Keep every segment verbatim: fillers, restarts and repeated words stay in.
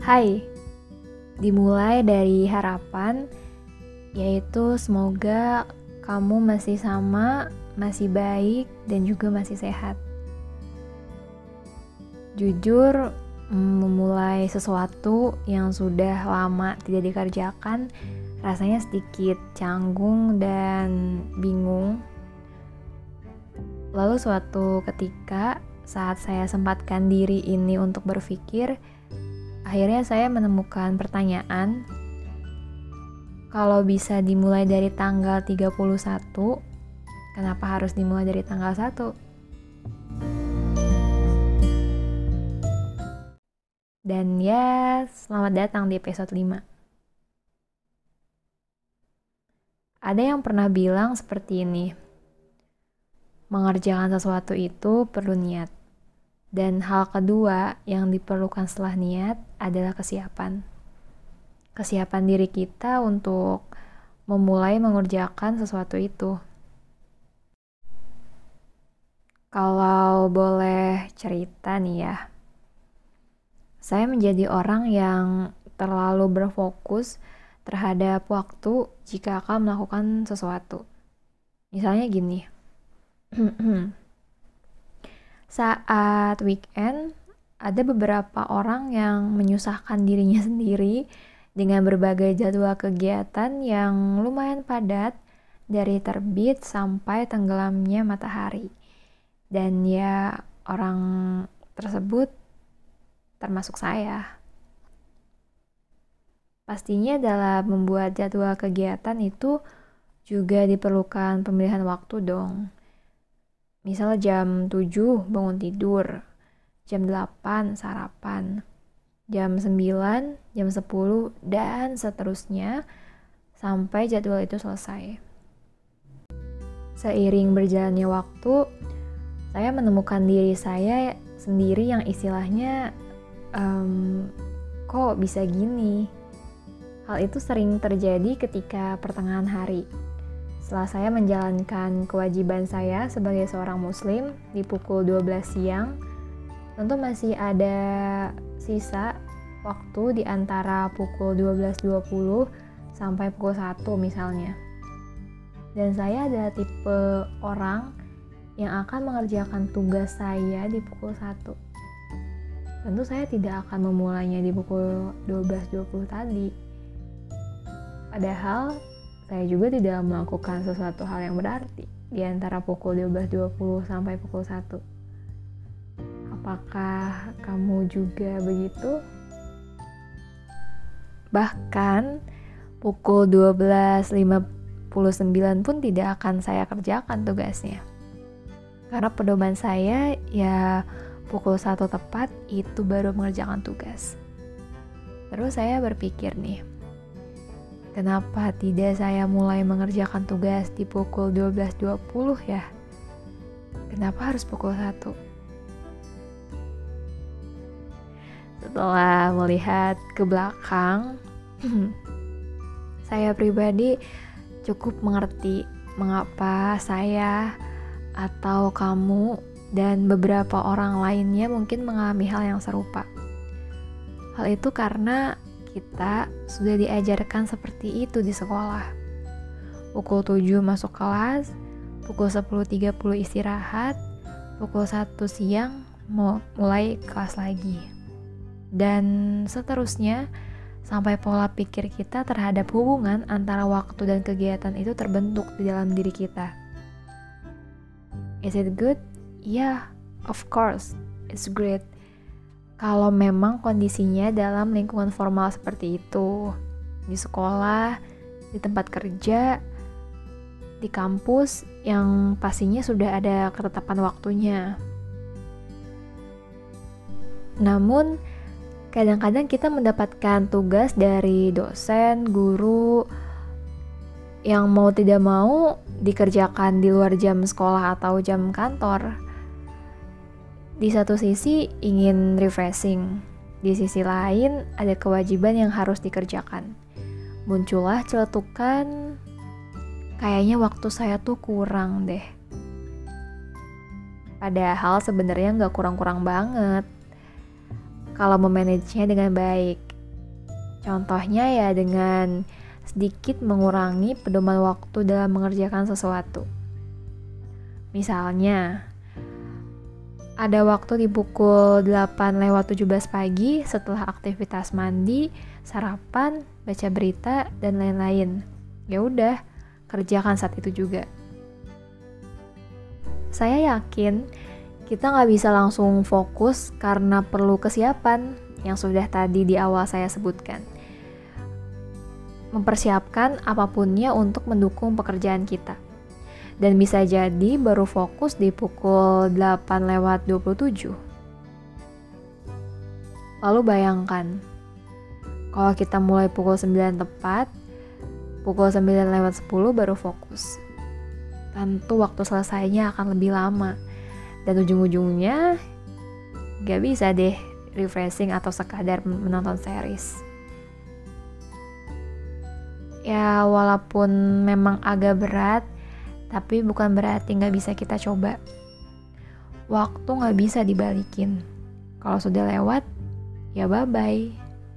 Hai, dimulai dari harapan, yaitu semoga kamu masih sama, masih baik, dan juga masih sehat. Jujur, memulai sesuatu yang sudah lama tidak dikerjakan, rasanya sedikit canggung dan bingung. Lalu suatu ketika, saat saya sempatkan diri ini untuk berpikir, akhirnya saya menemukan pertanyaan, kalau bisa dimulai dari tanggal tiga puluh satu, kenapa harus dimulai dari tanggal satu? Dan ya, selamat datang di episode lima. Ada yang pernah bilang seperti ini, mengerjakan sesuatu itu perlu niat. Dan hal kedua yang diperlukan setelah niat adalah kesiapan. Kesiapan diri kita untuk memulai mengerjakan sesuatu itu. Kalau boleh cerita nih ya, saya menjadi orang yang terlalu berfokus terhadap waktu jika akan melakukan sesuatu. Misalnya gini, saat weekend, ada beberapa orang yang menyusahkan dirinya sendiri dengan berbagai jadwal kegiatan yang lumayan padat dari terbit sampai tenggelamnya matahari. Dan ya, orang tersebut termasuk saya. Pastinya dalam membuat jadwal kegiatan itu juga diperlukan pemilihan waktu dong. Misal jam tujuh bangun tidur, jam delapan sarapan, jam sembilan, jam sepuluh, dan seterusnya sampai jadwal itu selesai. Seiring berjalannya waktu, saya menemukan diri saya sendiri yang istilahnya, ehm, kok bisa gini? Hal itu sering terjadi ketika pertengahan hari. Setelah saya menjalankan kewajiban saya sebagai seorang muslim di pukul dua belas siang, tentu masih ada sisa waktu di antara pukul dua belas dua puluh sampai pukul satu misalnya. Dan saya adalah tipe orang yang akan mengerjakan tugas saya di pukul satu. Tentu saya tidak akan memulainya di pukul dua belas dua puluh tadi. Padahal saya juga tidak melakukan sesuatu hal yang berarti di antara pukul dua belas dua puluh sampai pukul satu. Apakah kamu juga begitu? Bahkan pukul dua belas lima puluh sembilan pun tidak akan saya kerjakan tugasnya. Karena pedoman saya ya pukul satu tepat itu baru mengerjakan tugas. Terus saya berpikir nih, kenapa tidak saya mulai mengerjakan tugas di pukul dua belas dua puluh ya? Kenapa harus pukul satu? Setelah melihat ke belakang, saya pribadi cukup mengerti mengapa saya atau kamu dan beberapa orang lainnya mungkin mengalami hal yang serupa. Hal itu karena kita sudah diajarkan seperti itu di sekolah. Pukul tujuh masuk kelas, pukul sepuluh tiga puluh istirahat, pukul satu siang mau mulai kelas lagi. Dan seterusnya sampai pola pikir kita terhadap hubungan antara waktu dan kegiatan itu terbentuk di dalam diri kita. Is it good? Yeah, of course, it's great. Kalau memang kondisinya dalam lingkungan formal seperti itu, di sekolah, di tempat kerja, di kampus yang pastinya sudah ada ketetapan waktunya. Namun, kadang-kadang kita mendapatkan tugas dari dosen, guru, yang mau tidak mau dikerjakan di luar jam sekolah atau jam kantor. Di satu sisi ingin refreshing, di sisi lain ada kewajiban yang harus dikerjakan. Muncullah celetukan, kayaknya waktu saya tuh kurang deh. Padahal sebenarnya nggak kurang-kurang banget kalau memanagenya dengan baik. Contohnya ya dengan sedikit mengurangi pedoman waktu dalam mengerjakan sesuatu. Misalnya, ada waktu di pukul delapan lewat tujuh belas pagi setelah aktivitas mandi, sarapan, baca berita, dan lain-lain. Ya udah, kerjakan saat itu juga. Saya yakin kita nggak bisa langsung fokus karena perlu kesiapan yang sudah tadi di awal saya sebutkan. Mempersiapkan apapunnya untuk mendukung pekerjaan kita. Dan bisa jadi baru fokus di pukul delapan lewat dua puluh tujuh. Lalu bayangkan, kalau kita mulai pukul sembilan tepat, pukul sembilan lewat sepuluh baru fokus. Tentu waktu selesainya akan lebih lama. Dan ujung-ujungnya gak bisa deh refreshing atau sekadar menonton series. Ya walaupun memang agak berat, tapi bukan berarti gak bisa kita coba. Waktu gak bisa dibalikin. Kalau sudah lewat, ya bye-bye.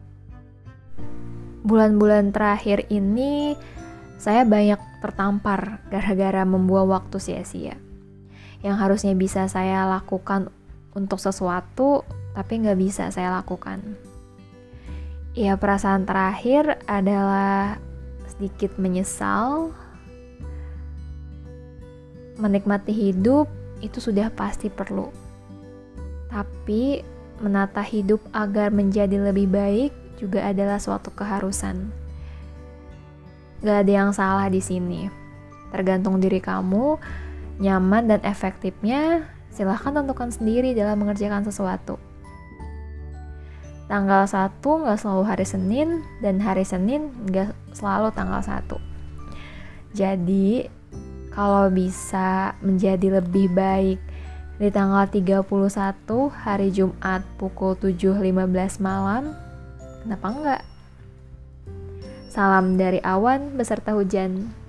Bulan-bulan terakhir ini, saya banyak tertampar gara-gara membuang waktu sia-sia. Yang harusnya bisa saya lakukan untuk sesuatu, tapi gak bisa saya lakukan. Ya perasaan terakhir adalah sedikit menyesal. Menikmati hidup itu sudah pasti perlu. Tapi menata hidup agar menjadi lebih baik juga adalah suatu keharusan. Gak ada yang salah di sini. Tergantung diri kamu, nyaman dan efektifnya, silahkan tentukan sendiri dalam mengerjakan sesuatu. Tanggal satu gak selalu hari Senin, dan hari Senin gak selalu tanggal satu. Jadi, kalau bisa menjadi lebih baik di tanggal tiga puluh satu hari Jumat pukul tujuh lima belas malam, kenapa enggak? Salam dari awan beserta hujan.